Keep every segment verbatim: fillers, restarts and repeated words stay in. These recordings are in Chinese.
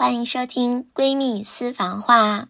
欢迎收听闺蜜私房话。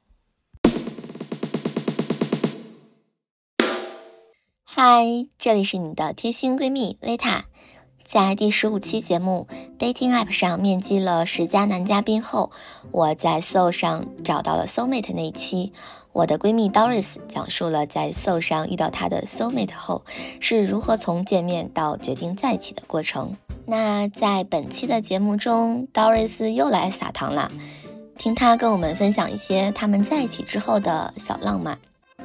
嗨，这里是你的贴心闺蜜维塔。在第十五期节目 Dating App 上面基了十佳男嘉宾后，我在 Soul 上找到了 Soulmate 那一期，我的闺蜜 Doris 讲述了在 Soul 上遇到她的 Soulmate 后是如何从见面到决定在一起的过程。那在本期的节目中 Doris 又来撒糖了，听她跟我们分享一些他们在一起之后的小浪漫。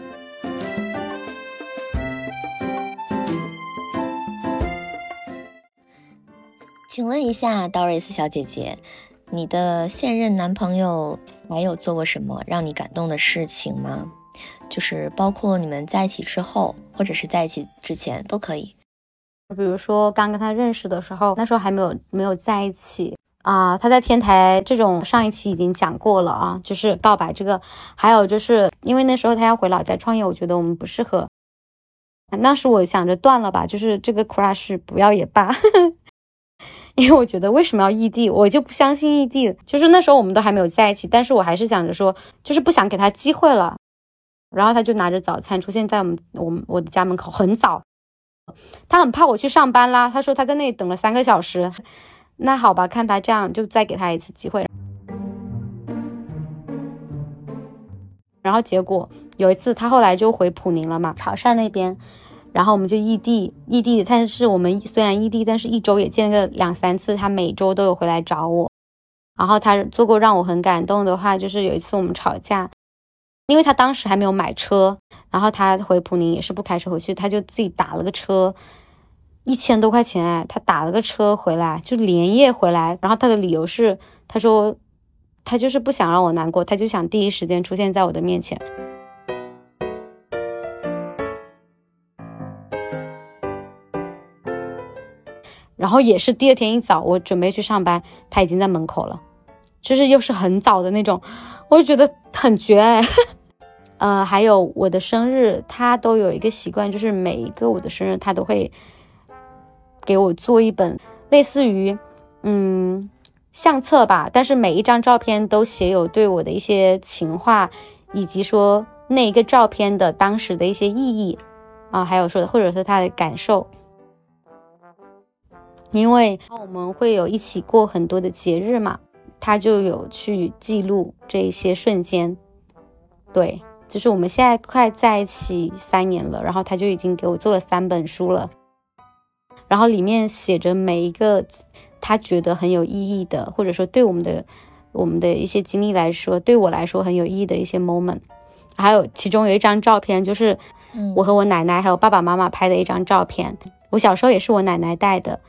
请问一下 Doris 小姐姐，你的现任男朋友还有做过什么让你感动的事情吗？就是包括你们在一起之后，或者是在一起之前都可以。 比如说刚跟他认识的时候，那时候还没有没有在一起啊、呃，他在天台这种上一期已经讲过了啊，就是告白这个，还有就是因为那时候他要回老家创业，我觉得我们不适合。当时我想着断了吧，就是这个 crush 不要也罢。因为我觉得为什么要异地，我就不相信异地，就是那时候我们都还没有在一起，但是我还是想着说就是不想给他机会了。然后他就拿着早餐出现在我们我们我的家门口，很早，他很怕我去上班啦，他说他在那里等了三个小时。那好吧，看他这样就再给他一次机会。然后结果有一次他后来就回普宁了嘛，潮汕那边，然后我们就异地异地但是我们虽然异地，但是一周也见个两三次，他每周都有回来找我。然后他做过让我很感动的话，就是有一次我们吵架，因为他当时还没有买车，然后他回普宁也是不开车回去，他就自己打了个车，一千多块钱哎，他打了个车回来，就连夜回来。然后他的理由是，他说他就是不想让我难过，他就想第一时间出现在我的面前。然后也是第二天一早，我准备去上班，他已经在门口了，就是又是很早的那种，我就觉得很绝哎。呃，还有我的生日，他都有一个习惯，就是每一个我的生日，他都会给我做一本类似于嗯相册吧，但是每一张照片都写有对我的一些情话，以及说那一个照片的当时的一些意义啊，还有说或者是他的感受。因为我们会有一起过很多的节日嘛，他就有去记录这一些瞬间。对，就是我们现在快在一起三年了，然后他就已经给我做了三本书了，然后里面写着每一个他觉得很有意义的，或者说对我们的我们的一些经历来说，对我来说很有意义的一些 moment。 还有其中有一张照片，就是我和我奶奶还有爸爸妈妈拍的一张照片，我小时候也是我奶奶带的，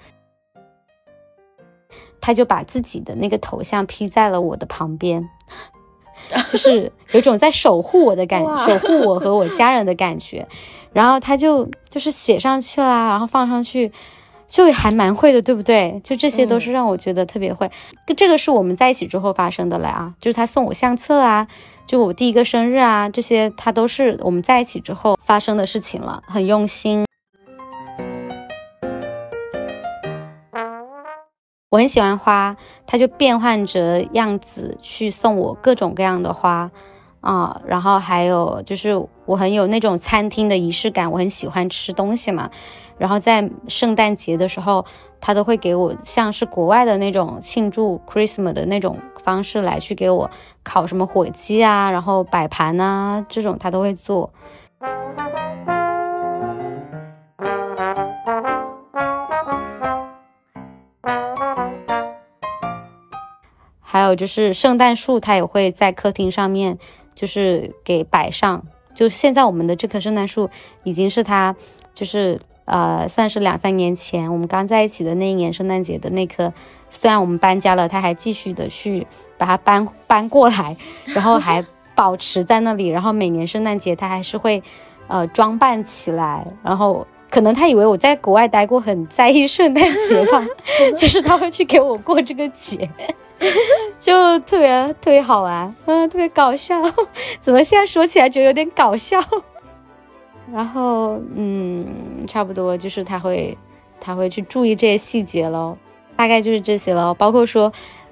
他就把自己的那个头像 P 在了我的旁边，就是有种在守护我的感觉，守护我和我家人的感觉。然后他就就是写上去啦，然后放上去，就还蛮会的，对不对？就这些都是让我觉得特别会。嗯、这个是我们在一起之后发生的了啊，就是他送我相册啊，就我第一个生日啊，这些他都是我们在一起之后发生的事情了，很用心。我很喜欢花，他就变换着样子去送我各种各样的花啊、呃，然后还有就是我很有那种餐厅的仪式感，我很喜欢吃东西嘛，然后在圣诞节的时候他都会给我像是国外的那种庆祝 Christmas 的那种方式来去给我烤什么火鸡啊，然后摆盘啊，这种他都会做。还有就是圣诞树它也会在客厅上面就是给摆上，就现在我们的这棵圣诞树已经是它就是呃算是两三年前我们刚在一起的那一年圣诞节的那棵，虽然我们搬家了，它还继续的去把它搬搬过来，然后还保持在那里，然后每年圣诞节它还是会呃装扮起来，然后可能他以为我在国外待过很在意圣诞节吧，就是他会去给我过这个节。就特别特别好玩，嗯，特别搞笑。怎么现在说起来觉得有点搞笑？然后，嗯，差不多就是他会，他会去注意这些细节咯，大概就是这些咯。包括说，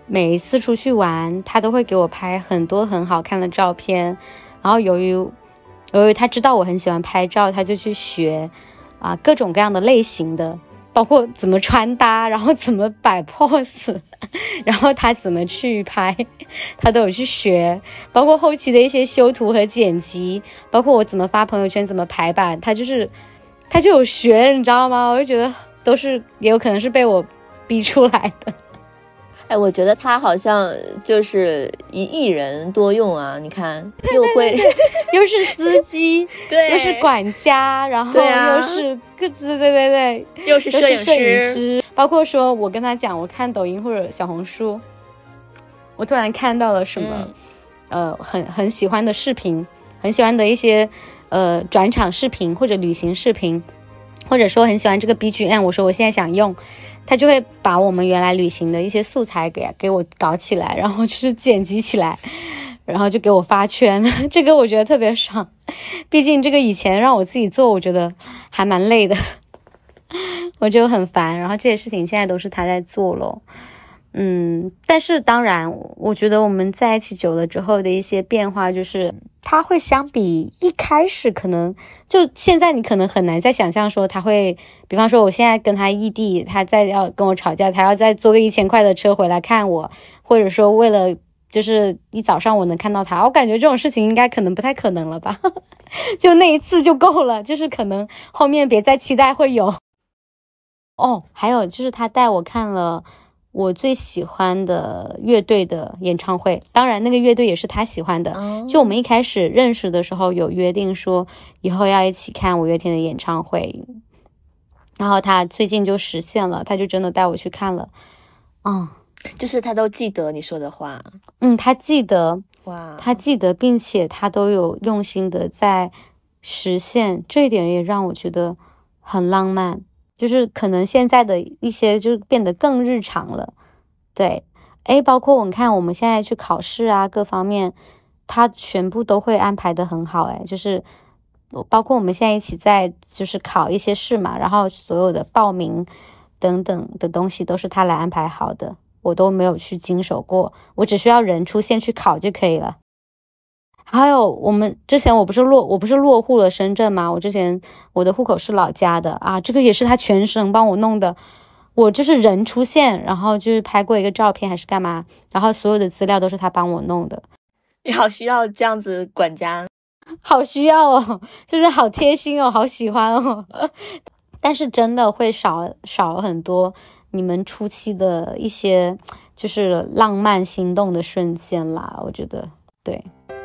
每一次出去玩他都会给我拍很多很好看的照片，然后由于由于他知道我很喜欢拍照，他就去学啊各种各样的类型的，包括怎么穿搭，然后怎么摆 pose， 然后他怎么去拍他都有去学，包括后期的一些修图和剪辑，包括我怎么发朋友圈怎么排版，他就是他就有学，你知道吗？我就觉得都是也有可能是被我逼出来的。 哎，我觉得他好像就是一艺人多用啊！你看，又会又是司机， 对， 又是管家，然后又是各自、啊、对对对， 又是摄影师， 摄影师。包括说我跟他讲，我看抖音或者小红书，我突然看到了什么，嗯、呃，很很喜欢的视频，很喜欢的一些呃转场视频或者旅行视频，或者说很喜欢这个 B G M， 我说我现在想用。他就会把我们原来旅行的一些素材给给我搞起来，然后就是剪辑起来，然后就给我发圈，这个我觉得特别爽。毕竟这个以前让我自己做，我觉得还蛮累的，我就很烦。然后这些事情现在都是他在做咯。嗯，但是当然，我觉得我们在一起久了之后的一些变化，就是他会相比一开始可能就现在你可能很难再想象说他会，比方说我现在跟他异地，他再要跟我吵架，他要再坐个一千块的车回来看我，或者说为了就是一早上我能看到他，我感觉这种事情应该可能不太可能了吧就那一次就够了，就是可能后面别再期待会有。哦，还有就是他带我看了我最喜欢的乐队的演唱会，当然那个乐队也是他喜欢的、oh. 就我们一开始认识的时候有约定说以后要一起看五月天的演唱会，然后他最近就实现了，他就真的带我去看了。嗯， 就是他都记得你说的话。 嗯，他记得， 哇， 他记得，并且他都有用心的在实现，这一点也让我觉得很浪漫。就是可能现在的一些就变得更日常了，对，诶，包括我们看我们现在去考试啊，各方面他全部都会安排得很好，诶，就是包括我们现在一起在就是考一些试嘛，然后所有的报名等等的东西都是他来安排好的，我都没有去经手过，我只需要人出现去考就可以了。还有我们之前我不是落我不是落户了深圳吗？我之前我的户口是老家的啊，这个也是他全程帮我弄的。我就是人出现，然后就是拍过一个照片还是干嘛，然后所有的资料都是他帮我弄的。 你好需要这样子管家， 好需要哦，就是好贴心哦，好喜欢哦。但是真的会少少很多你们初期的一些就是浪漫心动的瞬间啦，我觉得对。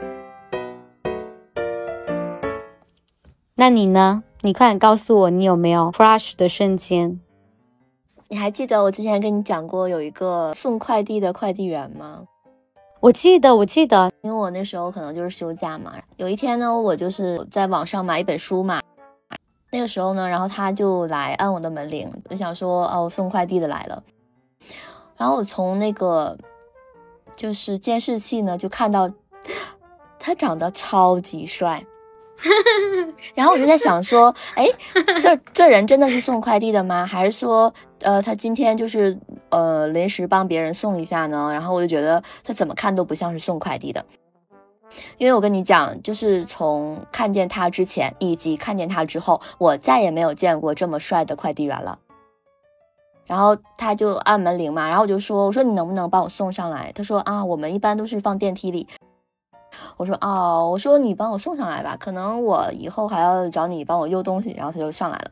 那你呢？你快点告诉我，你有没有 crush 的瞬间？ 你还记得我之前跟你讲过有一个送快递的快递员吗？ 我记得，我记得， 因为我那时候可能就是休假嘛。有一天呢，我就是在网上买一本书嘛。那个时候呢，然后他就来按我的门铃，就想说哦，送快递的来了。然后我从那个就是监视器呢，就看到他长得超级帅。然后我就在想说，哎，这这人真的是送快递的吗？还是说，呃，他今天就是呃临时帮别人送一下呢？然后我就觉得他怎么看都不像是送快递的，因为我跟你讲，就是从看见他之前以及看见他之后，我再也没有见过这么帅的快递员了。然后他就按门铃嘛，然后我就说，我说你能不能帮我送上来？他说啊，我们一般都是放电梯里。我说哦，我说你帮我送上来吧，可能我以后还要找你帮我邮东西。然后他就上来了。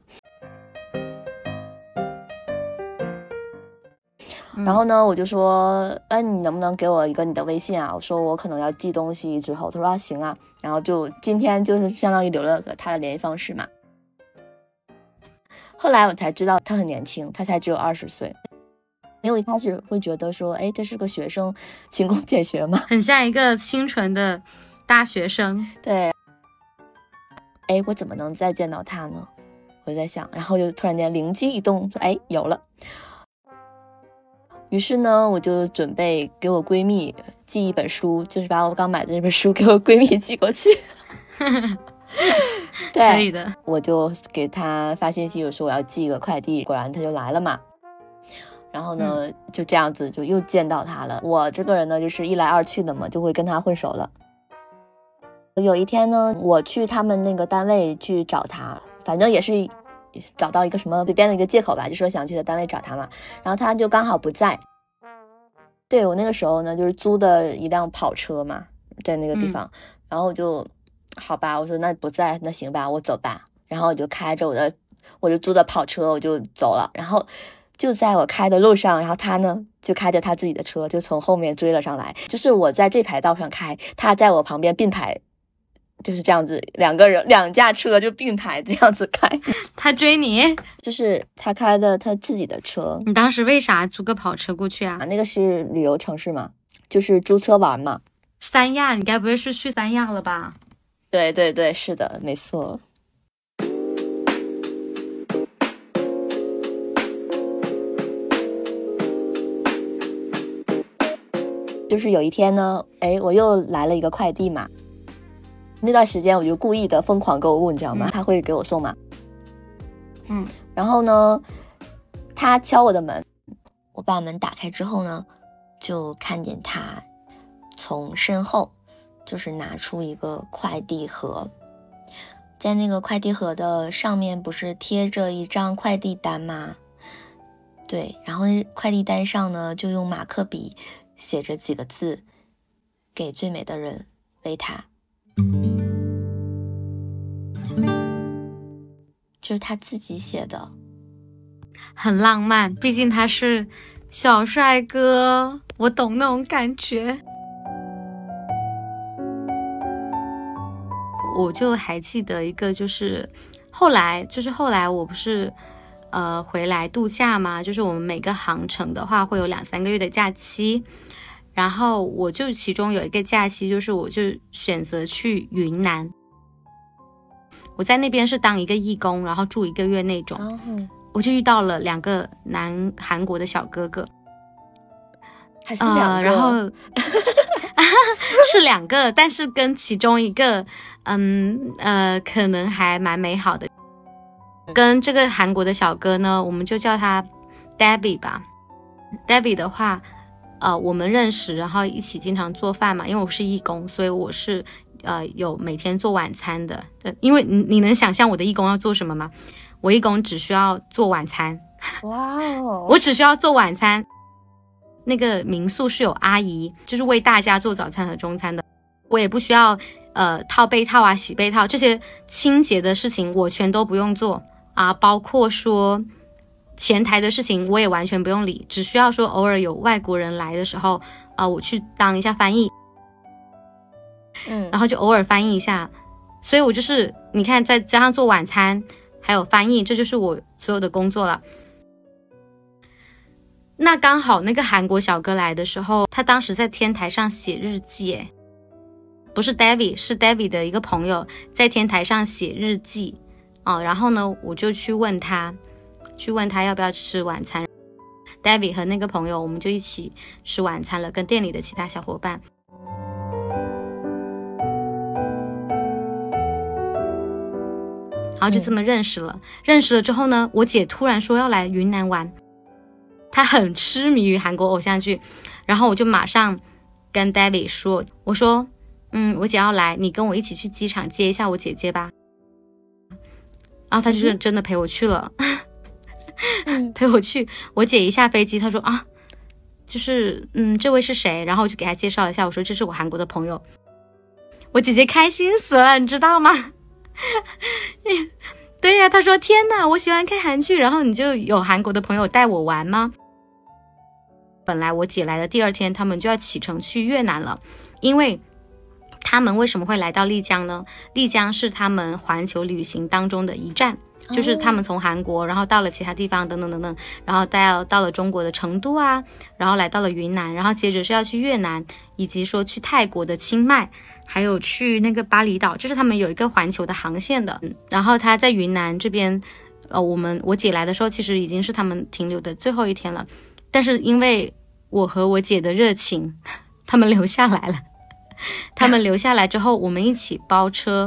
嗯、然后呢，我就说，哎，你能不能给我一个你的微信啊？我说我可能要寄东西之后，他说啊行啊。然后就今天就是相当于留了个他的联系方式嘛。后来我才知道他很年轻，他才只有二十岁。因为一开始会觉得说，哎，这是个学生勤工俭学嘛， 很像一个清纯的大学生。 对，哎，我怎么能再见到他呢？我就在想，然后就突然间灵机一动，说，哎，有了。于是呢，我就准备给我闺蜜寄一本书，就是把我刚买的这本书给我闺蜜寄过去。对， 可以的。 我就给她发信息，我说我要寄一个快递，果然她就来了嘛。 然后呢、嗯、就这样子就又见到他了。我这个人呢就是一来二去的嘛，就会跟他混熟了。有一天呢，我去他们那个单位去找他，反正也是找到一个什么随便的一个借口吧，就说想去他单位找他嘛，然后他就刚好不在。对，我那个时候呢就是租的一辆跑车嘛，在那个地方、嗯、然后就好吧，我说那不在那行吧，我走吧，然后我就开着我的我就租的跑车我就走了。然后就在我开的路上，然后他呢就开着他自己的车就从后面追了上来，就是我在这排道上开，他在我旁边并排，就是这样子，两个人两架车就并排这样子开。 他追你？ 就是他开的他自己的车。 你当时为啥租个跑车过去啊？ 那个是旅游城市嘛，就是租车玩嘛。 三亚，你该不会是去三亚了吧？ 对对对，是的，没错。就是有一天呢，哎，我又来了一个快递嘛。那段时间我就故意的疯狂购物，你知道吗？嗯、他会给我送嘛。嗯，然后呢，他敲我的门，我把门打开之后呢，就看见他从身后就是拿出一个快递盒，在那个快递盒的上面不是贴着一张快递单吗？对，然后快递单上呢就用马克笔写着几个字，给最美的人维塔。就是他自己写的， 很浪漫，毕竟他是小帅哥，我懂那种感觉。我就还记得一个，就是后来就是后来我不是呃回来度假嘛，就是我们每个航程的话会有两三个月的假期，然后我就其中有一个假期，就是我就选择去云南。我在那边是当一个义工，然后住一个月那种、oh. 我就遇到了两个南韩国的小哥哥， 还是两个、呃、 然后是两个，但是跟其中一个嗯呃可能还蛮美好的。跟这个韩国的小哥呢，我们就叫他 Debbie 吧。Debbie 的话呃我们认识，然后一起经常做饭嘛，因为我是义工，所以我是呃，有每天做晚餐的，因为你你能想象我的义工要做什么吗？我义工只需要做晚餐。 哇哦！ 我只需要做晚餐。那个民宿是有阿姨，就是为大家做早餐和中餐的。我也不需要呃套被套啊、洗被套这些清洁的事情，我全都不用做啊。包括说前台的事情，我也完全不用理，只需要说偶尔有外国人来的时候啊、呃，我去当一下翻译。嗯，然后就偶尔翻译一下，所以我就是你看再加上做晚餐还有翻译，这就是我所有的工作了。那刚好那个韩国小哥来的时候，他当时在天台上写日记，诶，不是 David， 是 David 的一个朋友在天台上写日记哦。然后呢我就去问他去问他要不要吃晚餐， David 和那个朋友我们就一起吃晚餐了，跟店里的其他小伙伴。然后就这么认识了、嗯、认识了之后呢，我姐突然说要来云南玩，她很痴迷于韩国偶像剧，然后我就马上跟 David 说，我说嗯，我姐要来，你跟我一起去机场接一下我姐姐吧。然后她就是真的陪我去了、嗯、陪我去。我姐一下飞机，她说啊，就是嗯，这位是谁？然后我就给她介绍一下，我说这是我韩国的朋友。我姐姐开心死了，你知道吗？对呀、啊，他说天哪，我喜欢看韩剧，然后你就有韩国的朋友带我玩吗？本来我姐来的第二天他们就要启程去越南了，因为他们为什么会来到丽江呢？丽江是他们环球旅行当中的一站，就是他们从韩国然后到了其他地方等等等等，然后到到了中国的成都啊，然后来到了云南，然后接着是要去越南，以及说去泰国的清迈，还有去那个巴厘岛，就是他们有一个环球的航线的。然后他在云南这边呃，我们我姐来的时候其实已经是他们停留的最后一天了，但是因为我和我姐的热情，他们留下来了。他们留下来之后，我们一起包车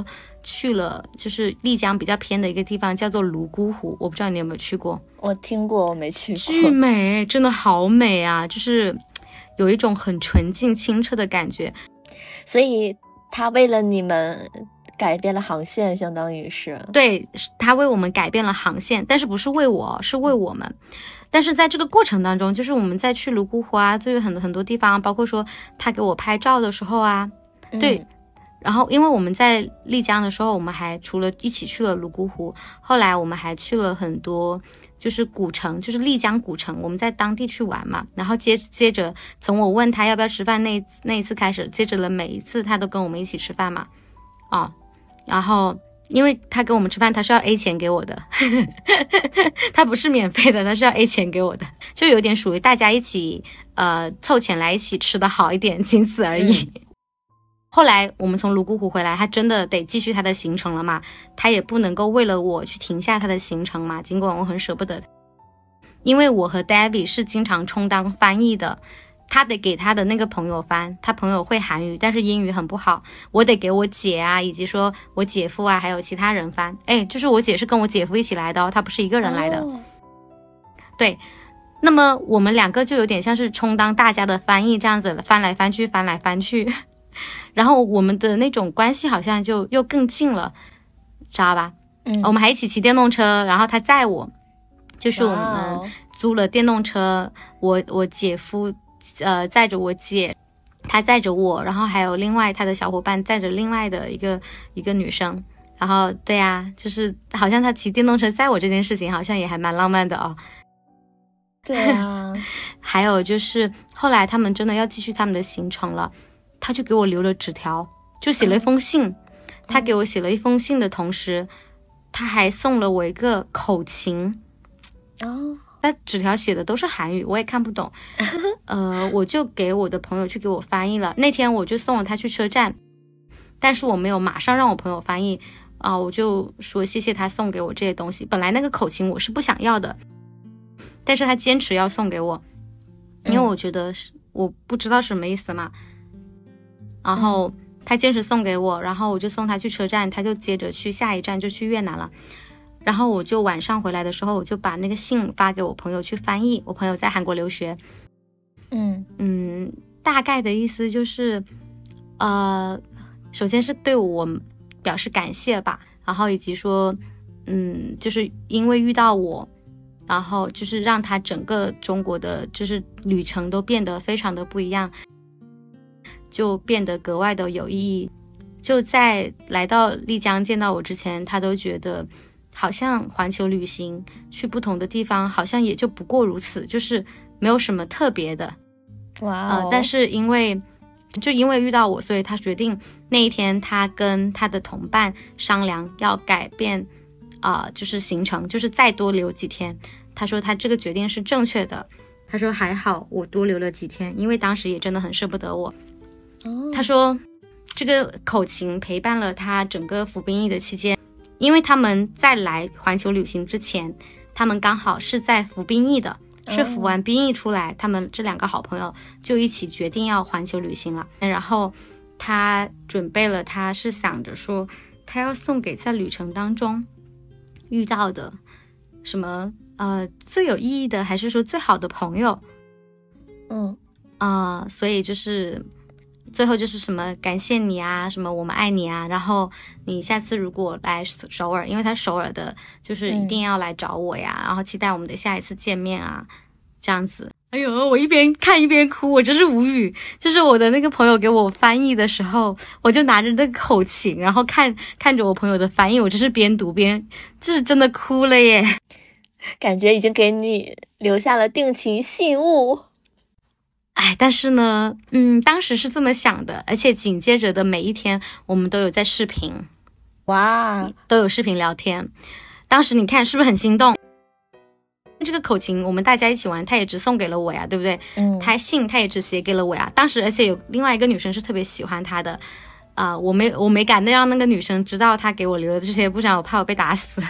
去了就是丽江比较偏的一个地方，叫做泸沽湖，我不知道你有没有去过。 我听过，我没去过。 巨美，真的好美啊，就是有一种很纯净清澈的感觉。 所以他为了你们改变了航线，相当于是。 对，他为我们改变了航线，但是不是为我，是为我们。但是在这个过程当中，就是我们在去泸沽湖啊，就有很多很多地方，包括说他给我拍照的时候啊， 嗯、 对。然后因为我们在丽江的时候，我们还除了一起去了泸沽湖，后来我们还去了很多就是古城，就是丽江古城，我们在当地去玩嘛。然后接接着从我问他要不要吃饭那那一次开始，接着了每一次他都跟我们一起吃饭嘛。哦，然后因为他跟我们吃饭，他是要 A 钱给我的他不是免费的，他是要 A 钱给我的，就有点属于大家一起呃凑钱来一起吃的好一点，仅此而已。嗯，后来我们从泸沽湖回来，他真的得继续他的行程了嘛，他也不能够为了我去停下他的行程嘛，尽管我很舍不得，因为我和 David 是经常充当翻译的，他得给他的那个朋友翻，他朋友会韩语，但是英语很不好，我得给我姐啊，以及说我姐夫啊，还有其他人翻。哎，就是我姐是跟我姐夫一起来的哦，他不是一个人来的。哦，对，那么我们两个就有点像是充当大家的翻译这样子，翻来翻去翻来翻去然后我们的那种关系好像就又更近了，知道吧？嗯，我们还一起骑电动车，然后他载我，就是我们租了电动车，我我姐夫呃载着我姐，他载着我，然后还有另外他的小伙伴载着另外的一个一个女生，然后对啊，就是好像他骑电动车载我这件事情好像也还蛮浪漫的哦。 对啊还有就是后来他们真的要继续他们的行程了，他就给我留了纸条，就写了一封信、嗯、他给我写了一封信的同时，他还送了我一个口琴哦， 那纸条写的都是韩语，我也看不懂呃，我就给我的朋友去给我翻译了。那天我就送了他去车站，但是我没有马上让我朋友翻译啊、呃，我就说谢谢他送给我这些东西。本来那个口琴我是不想要的，但是他坚持要送给我，因为我觉得是、嗯、我不知道什么意思嘛，然后他坚持送给我，然后我就送他去车站，他就接着去下一站就去越南了。然后我就晚上回来的时候，我就把那个信发给我朋友去翻译，我朋友在韩国留学。 嗯嗯，大概的意思就是呃，首先是对我表示感谢吧，然后以及说嗯，就是因为遇到我，然后就是让他整个中国的就是旅程都变得非常的不一样，就变得格外的有意义。就在来到丽江见到我之前，他都觉得好像环球旅行去不同的地方好像也就不过如此，就是没有什么特别的。 哇、 呃，但是因为就因为遇到我，所以他决定那一天他跟他的同伴商量要改变啊、呃，就是行程，就是再多留几天。他说他这个决定是正确的，他说还好我多留了几天，因为当时也真的很舍不得我。 哦， 他说这个口琴陪伴了他整个服兵役的期间，因为他们在来环球旅行之前，他们刚好是在服兵役的，是服完兵役出来、哦、他们这两个好朋友就一起决定要环球旅行了。然后他准备了，他是想着说他要送给在旅程当中遇到的什么呃最有意义的，还是说最好的朋友。 嗯啊、呃，所以就是最后就是什么感谢你啊，什么我们爱你啊，然后你下次如果来首尔，因为他首尔的就是一定要来找我呀、嗯、然后期待我们的下一次见面啊，这样子。哎呦，我一边看一边哭，我真是无语。就是我的那个朋友给我翻译的时候，我就拿着那个口琴，然后看看着我朋友的翻译，我真是边读边就是真的哭了耶， 感觉已经给你留下了定情信物。 哎，但是呢，嗯，当时是这么想的，而且紧接着的每一天，我们都有在视频， 哇， 都有视频聊天。当时你看是不是很心动？这个口琴我们大家一起玩，他也只送给了我呀，对不对？ 嗯， 他信他也只写给了我呀。当时而且有另外一个女生是特别喜欢他的，啊、呃，我没我没敢让那个女生知道他给我留的这些，不然我怕我被打死。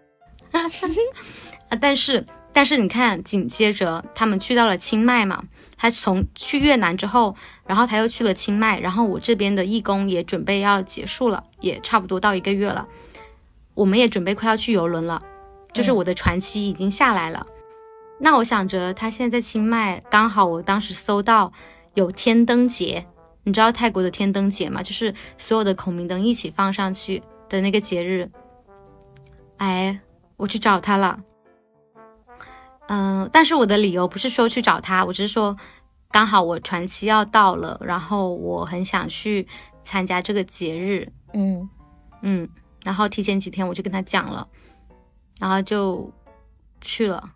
啊，但是。但是你看紧接着他们去到了清迈嘛， 他从去越南之后，然后他又去了清迈，然后我这边的义工也准备要结束了，也差不多到一个月了，我们也准备快要去游轮了，就是我的船期已经下来了。嗯、那我想着他现在在清迈，刚好我当时搜到有天灯节，你知道泰国的天灯节吗？就是所有的孔明灯一起放上去的那个节日。哎，我去找他了。嗯、呃，但是我的理由不是说去找他，我只是说刚好我船期要到了，然后我很想去参加这个节日。 嗯嗯，然后提前几天我就跟他讲了，然后就去了，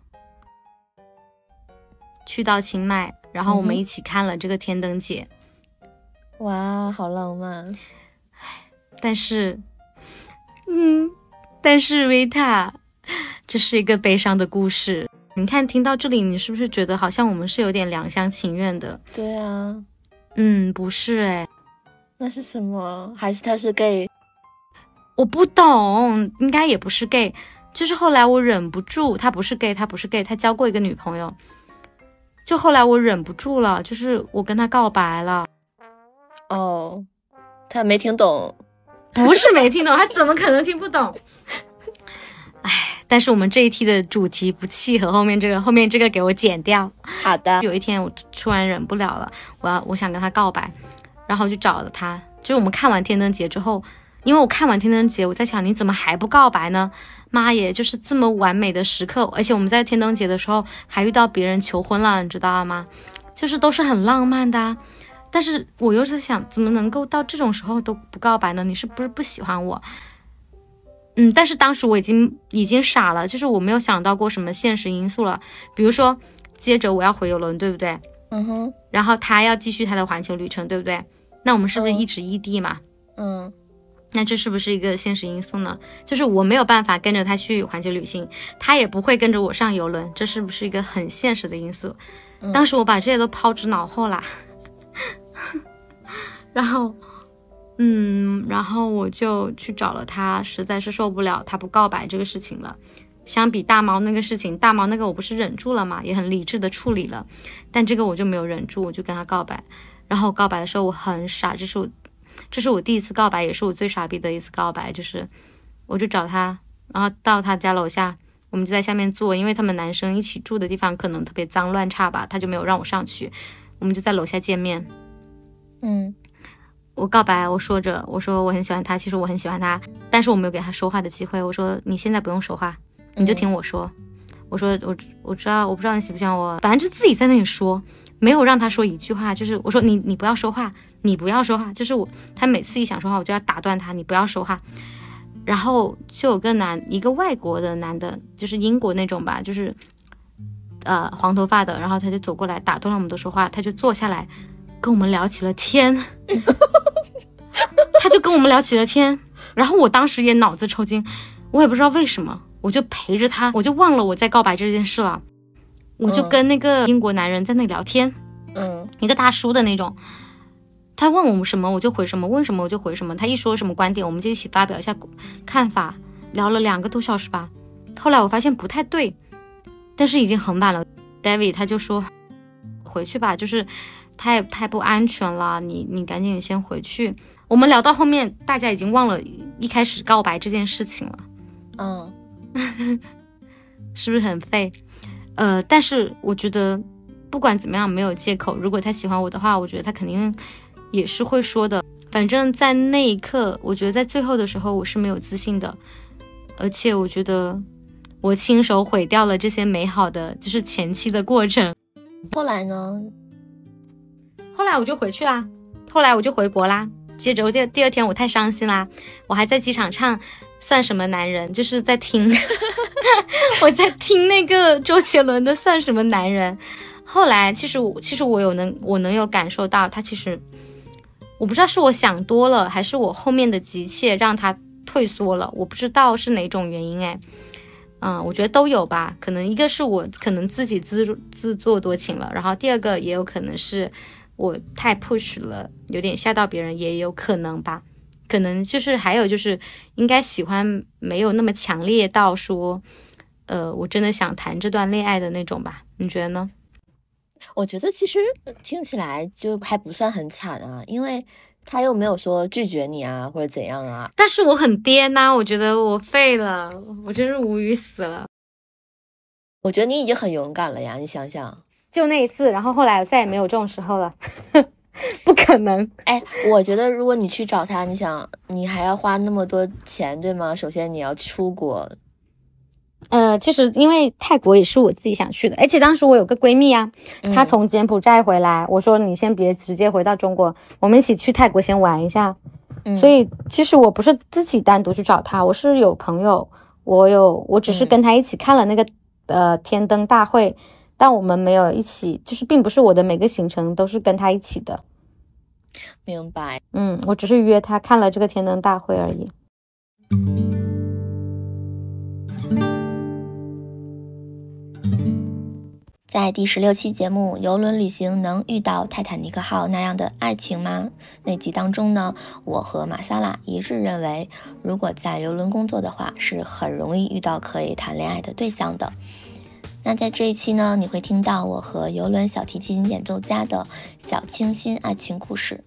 去到清迈，然后我们一起看了这个天灯节。 嗯、哇，好浪漫。 但是嗯但是维塔，这是一个悲伤的故事。你看听到这里，你是不是觉得好像我们是有点两厢情愿的？ 对啊。 嗯，不是诶。 那是什么？还是他是 gay？ 我不懂，应该也不是 gay。就是后来我忍不住，他不是 gay， 他不是 gay， 他交过一个女朋友。就后来我忍不住了，就是我跟他告白了。 哦，他没听懂。 不是没听懂，他怎么可能听不懂？哎，但是我们这一期的主题不契合后面这个，后面这个给我剪掉。 好的。 有一天我突然忍不了了，我要我想跟他告白，然后就找了他。就是我们看完天灯节之后，因为我看完天灯节，我在想你怎么还不告白呢？妈耶，就是这么完美的时刻，而且我们在天灯节的时候还遇到别人求婚了，你知道吗？就是都是很浪漫的啊。但是我又在想，怎么能够到这种时候都不告白呢？你是不是不喜欢我？嗯，但是当时我已经已经傻了，就是我没有想到过什么现实因素了。比如说，接着我要回游轮，对不对？ 嗯哼。 然后他要继续他的环球旅程，对不对？那我们是不是一直异地嘛？ 嗯。 那这是不是一个现实因素呢？就是我没有办法跟着他去环球旅行，他也不会跟着我上游轮，这是不是一个很现实的因素？ 嗯、 当时我把这些都抛之脑后啦。然后嗯然后我就去找了他，实在是受不了他不告白这个事情了。相比大毛那个事情，大毛那个我不是忍住了嘛，也很理智的处理了，但这个我就没有忍住，我就跟他告白。然后我告白的时候我很傻，这是我这是我第一次告白，也是我最傻逼的一次告白。就是我就找他，然后到他家楼下，我们就在下面坐，因为他们男生一起住的地方可能特别脏乱差吧，他就没有让我上去，我们就在楼下见面。 嗯， 我告白，我说着我说我很喜欢他，其实我很喜欢他，但是我没有给他说话的机会。我说你现在不用说话，你就听我说。嗯、我说我我知道我不知道你喜不喜欢我，反正就自己在那里说，没有让他说一句话。就是我说你你不要说话，你不要说话，就是我他每次一想说话我就要打断他，你不要说话。然后就有个男一个外国的男的，就是英国那种吧，就是呃黄头发的，然后他就走过来打断了我们的说话，他就坐下来跟我们聊起了天。他就跟我们聊起了天，然后我当时也脑子抽筋，我也不知道为什么，我就陪着他，我就忘了我在告白这件事了，我就跟那个英国男人在那里聊天， 嗯， 一个大叔的那种，他问我们什么我就回什么，问什么我就回什么，他一说什么观点我们就一起发表一下看法，聊了两个多小时吧。后来我发现不太对，但是已经很晚了。 David 他就说回去吧，就是太太不安全了，你你赶紧先回去。我们聊到后面大家已经忘了一开始告白这件事情了。 嗯是不是很废？呃但是我觉得不管怎么样没有借口，如果他喜欢我的话，我觉得他肯定也是会说的。反正在那一刻，我觉得在最后的时候我是没有自信的，而且我觉得我亲手毁掉了这些美好的就是前期的过程。 后来呢？ 后来我就回去啦，后来我就回国啦。接着我第第二天我太伤心啦，我还在机场唱算什么男人，就是在听我在听那个周杰伦的算什么男人。后来其实我其实我有能我能有感受到他其实，我不知道是我想多了还是我后面的急切让他退缩了，我不知道是哪种原因哎。嗯，我觉得都有吧，可能一个是我可能自己自自作多情了，然后第二个也有可能是我太 push 了，有点吓到别人，也有可能吧。可能就是还有就是应该喜欢没有那么强烈到说呃我真的想谈这段恋爱的那种吧，你觉得呢？ 我觉得其实听起来就还不算很惨啊，因为他又没有说拒绝你啊或者怎样啊。 但是我很颠呐、啊，我觉得我废了，我真是无语死了。 我觉得你已经很勇敢了呀，你想想， 就那一次，然后后来我再也没有这种时候了。不可能。 哎，我觉得如果你去找他，你想你还要花那么多钱，对吗？首先你要出国。 呃，其实因为泰国也是我自己想去的，而且当时我有个闺蜜啊，嗯、她从柬埔寨回来，我说你先别直接回到中国，我们一起去泰国先玩一下。嗯、所以其实我不是自己单独去找她，我是有朋友，我有我只是跟她一起看了那个、嗯、呃天灯大会，但我们没有一起，就是并不是我的每个行程都是跟她一起的。 明白。 嗯，我只是约她看了这个天灯大会而已。 在第十六期节目邮轮旅行能遇到泰坦尼克号那样的爱情吗那集当中呢，我和马萨拉一致认为，如果在邮轮工作的话，是很容易遇到可以谈恋爱的对象的。那在这一期呢，你会听到我和邮轮小提琴演奏家的小清新爱情故事。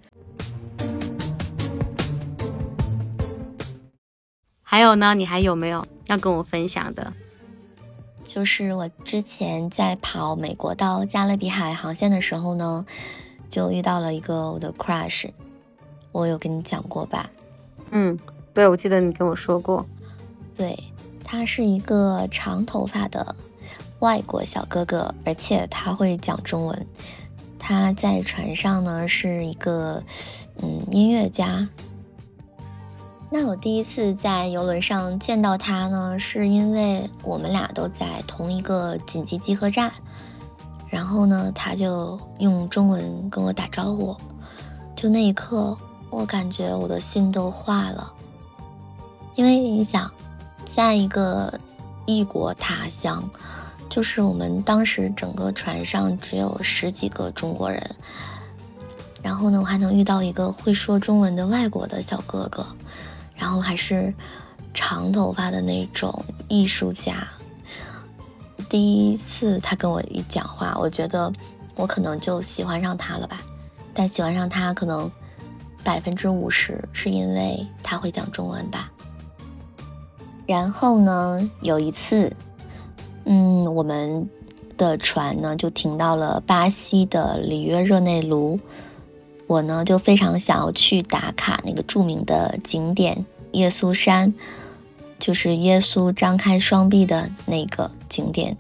还有呢，你还有没有要跟我分享的？ 就是我之前在跑美国到加勒比海航线的时候呢，就遇到了一个我的 crush， 我有跟你讲过吧？ 嗯，对，我记得你跟我说过。 对，他是一个长头发的外国小哥哥，而且他会讲中文。他在船上呢是一个嗯音乐家。那我第一次在邮轮上见到他呢，是因为我们俩都在同一个紧急集合站，然后呢，他就用中文跟我打招呼，就那一刻，我感觉我的心都化了，因为你想，在一个异国他乡，就是我们当时整个船上只有十几个中国人，然后呢，我还能遇到一个会说中文的外国的小哥哥。然后还是长头发的那种艺术家。第一次他跟我一讲话，我觉得我可能就喜欢上他了吧。但喜欢上他可能百分之五十是因为他会讲中文吧。然后呢，有一次，嗯，我们的船呢就停到了巴西的里约热内卢。我呢就非常想要去打卡那个著名的景点耶稣山，就是耶稣张开双臂的那个景点。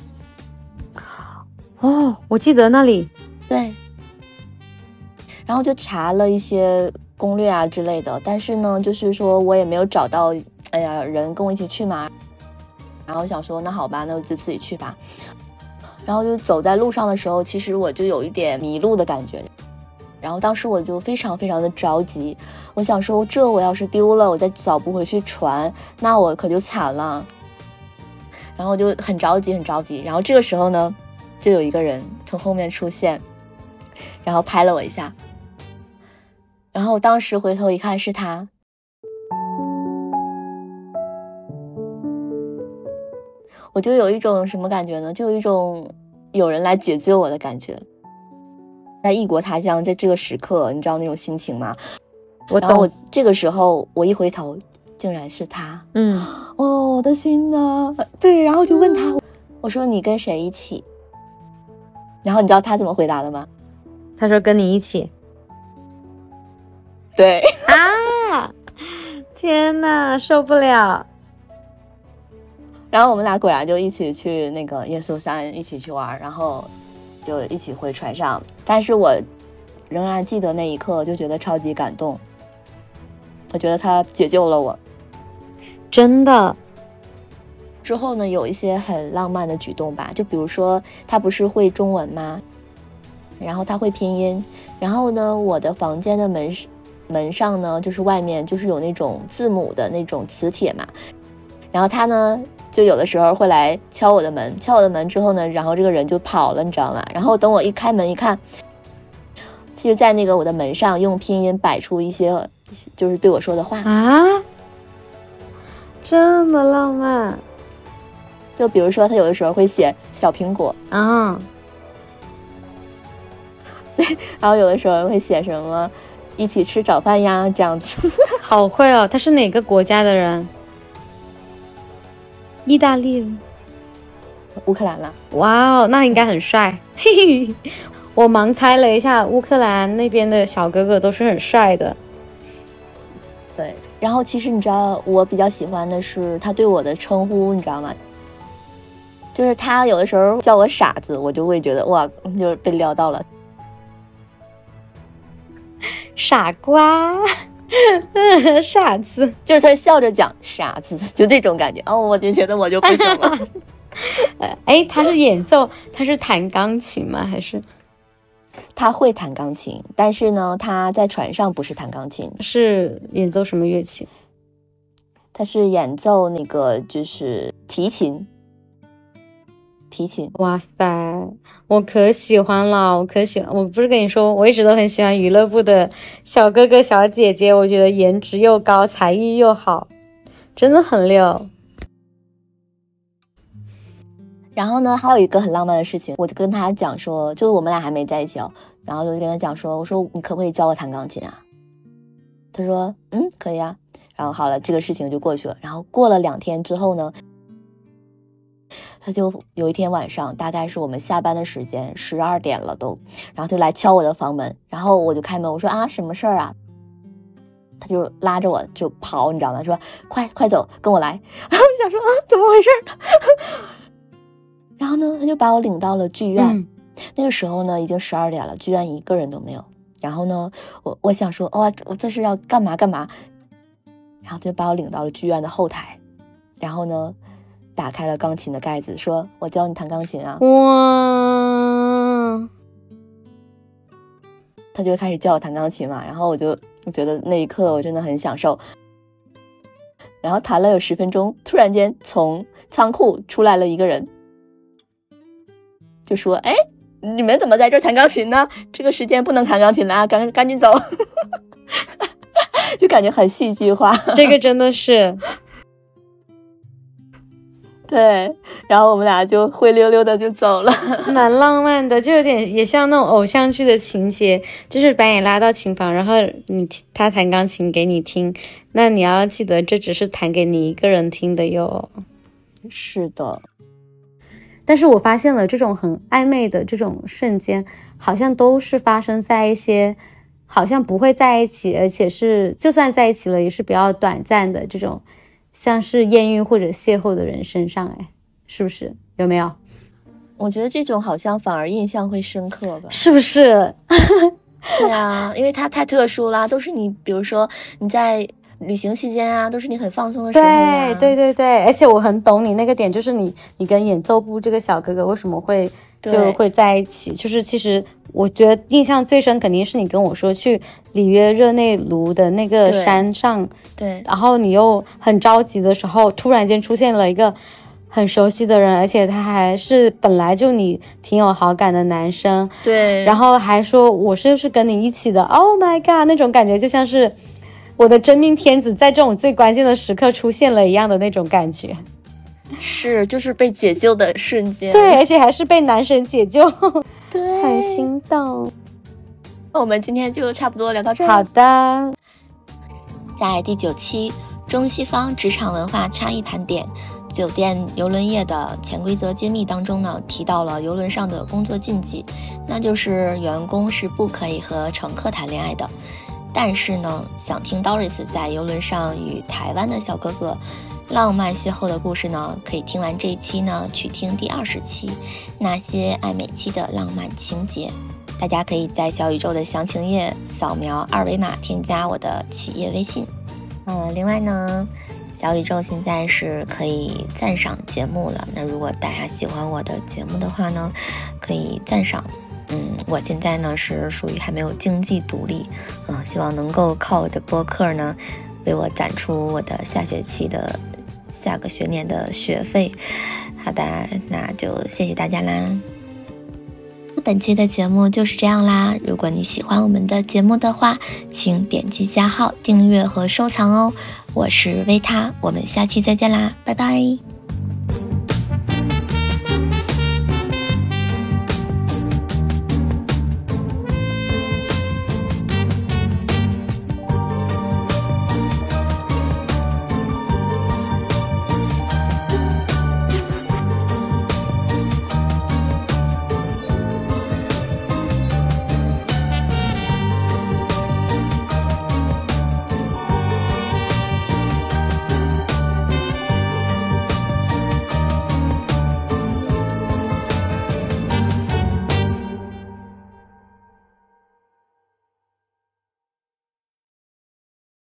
哦，我记得那里。 对。然后就查了一些攻略啊之类的，但是呢就是说我也没有找到哎呀人跟我一起去嘛，然后想说那好吧，那我就自己去吧。然后就走在路上的时候，其实我就有一点迷路的感觉。然后当时我就非常非常的着急，我想说这我要是丢了，我再找不回去船，那我可就惨了。然后我就很着急很着急。然后这个时候呢，就有一个人从后面出现，然后拍了我一下。然后我当时回头一看是他，我就有一种什么感觉呢？就有一种有人来解救我的感觉。在异国他乡，在这个时刻，你知道那种心情吗？ 我懂。 然后我这个时候，我一回头，竟然是他。 嗯， 哦，我的心呐！对，然后就问他，我说你跟谁一起？然后你知道他怎么回答的吗？ 他说跟你一起。 对啊！天哪，受不了！ 然后我们俩果然就一起去那个耶稣山，一起去玩，然后就一起回船上。但是我仍然记得那一刻，就觉得超级感动。我觉得他解救了我， 真的。 之后呢，有一些很浪漫的举动吧，就比如说他不是会中文吗？然后他会拼音，然后呢，我的房间的门门上呢，就是外面就是有那种字母的那种磁铁嘛。然后他呢，就有的时候会来敲我的门，敲我的门之后呢，然后这个人就跑了，你知道吗？然后等我一开门一看，他就在那个我的门上用拼音摆出一些就是对我说的话啊，这么浪漫。 就比如说他有的时候会写小苹果啊， 然后有的时候会写什么一起吃早饭呀这样子。 好会哦，他是哪个国家的人？意大利？ 乌克兰啦。 哇哦，那应该很帅。嘿嘿，我盲猜了一下，乌克兰那边的小哥哥都是很帅的。 对，然后其实你知道我比较喜欢的是他对我的称呼，你知道吗？就是他有的时候叫我傻子，我就会觉得哇，就是被撩到了。 傻瓜。傻子， 就是他笑着讲傻子，就这种感觉哦，我就觉得我就不行了。 哎，他是演奏，他是弹钢琴吗？还是他会弹钢琴？但是呢，他在船上不是弹钢琴， 是演奏什么乐器？ 他是演奏那个就是提琴。提琴。 哇塞，我可喜欢了，我可喜欢。我不是跟你说，我一直都很喜欢娱乐部的小哥哥小姐姐，我觉得颜值又高，才艺又好，真的很溜。 然后呢，还有一个很浪漫的事情，我就跟他讲说，就我们俩还没在一起哦，然后就跟他讲说，我说你可不可以教我弹钢琴啊？他说嗯，可以啊。然后好了，这个事情就过去了。然后过了两天之后呢，他就有一天晚上，大概是我们下班的时间，十二点了都，然后就来敲我的房门，然后我就开门，我说啊，什么事儿啊？他就拉着我就跑，你知道吗？说快快走，跟我来。然后我就想说啊，怎么回事？然后呢，他就把我领到了剧院。嗯、那个时候呢，已经十二点了，剧院一个人都没有。然后呢，我我想说，哇、哦，我这是要干嘛干嘛？然后就把我领到了剧院的后台，然后呢，打开了钢琴的盖子，说我教你弹钢琴啊。 哇！ 他就开始教我弹钢琴嘛，然后我就我觉得那一刻我真的很享受。然后弹了有十分钟，突然间从仓库出来了一个人，就说：“哎，你们怎么在这儿弹钢琴呢？这个时间不能弹钢琴了啊，赶赶紧走。”就感觉很戏剧化。 这个真的是。 对，然后我们俩就灰溜溜的就走了， 蛮浪漫的，就有点也像那种偶像剧的情节，就是把你拉到琴房，然后你他弹钢琴给你听，那你要记得这只是弹给你一个人听的哟。 是的， 但是我发现了这种很暧昧的这种瞬间，好像都是发生在一些好像不会在一起，而且是就算在一起了也是比较短暂的这种。像是艳遇或者邂逅的人身上，哎，是不是？有没有？ 我觉得这种好像反而印象会深刻吧？ 是不是？ 对啊，因为它太特殊啦，都是你，比如说你在旅行期间啊，都是你很放松的时候呀。 对对对对，而且我很懂你那个点，就是你你跟演奏部这个小哥哥为什么会就会在一起，就是其实我觉得印象最深肯定是你跟我说去里约热内卢的那个山上， 对, 对， 然后你又很着急的时候，突然间出现了一个很熟悉的人，而且他还是本来就你挺有好感的男生， 对， 然后还说我是不是跟你一起的 ，Oh my god， 那种感觉就像是我的真命天子在这种最关键的时刻出现了一样的那种感觉。 是，就是被解救的瞬间。 对，而且还是被男神解救。 对， 很心动。 那我们今天就差不多聊到这儿。 好的。 在第九期中西方职场文化差异盘点酒店邮轮业的潜规则揭秘当中呢，提到了邮轮上的工作禁忌，那就是员工是不可以和乘客谈恋爱的。但是呢，想听 Doris 在邮轮上与台湾的小哥哥浪漫邂逅的故事呢，可以听完这一期呢，去听第二十期那些暧昧期的浪漫情节。大家可以在小宇宙的详情页扫描二维码添加我的企业微信。呃，另外呢，小宇宙现在是可以赞赏节目了，那如果大家喜欢我的节目的话呢，可以赞赏。嗯，我现在呢是属于还没有经济独立，嗯、呃，希望能够靠我的播客呢为我攒出我的下学期的下个学年的学费。好的，那就谢谢大家啦。本期的节目就是这样啦，如果你喜欢我们的节目的话，请点击加号订阅和收藏哦。我是维塔，我们下期再见啦，拜拜。